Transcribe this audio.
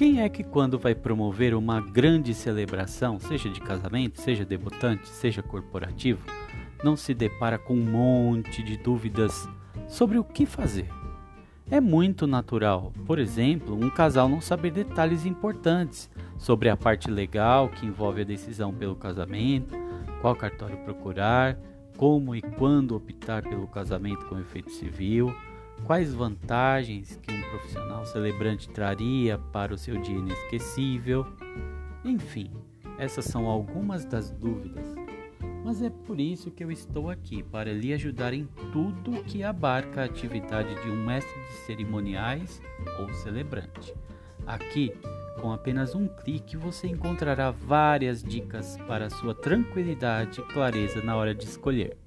Quem é que quando vai promover uma grande celebração, seja de casamento, seja debutante, seja corporativo, não se depara com um monte de dúvidas sobre o que fazer? É muito natural, por exemplo, um casal não saber detalhes importantes sobre a parte legal que envolve a decisão pelo casamento, qual cartório procurar, como e quando optar pelo casamento com efeito civil, quais vantagens que um profissional celebrante traria para o seu dia inesquecível. Enfim, essas são algumas das dúvidas. Mas é por isso que eu estou aqui, para lhe ajudar em tudo o que abarca a atividade de um mestre de cerimoniais ou celebrante. Aqui, com apenas um clique, você encontrará várias dicas para a sua tranquilidade e clareza na hora de escolher.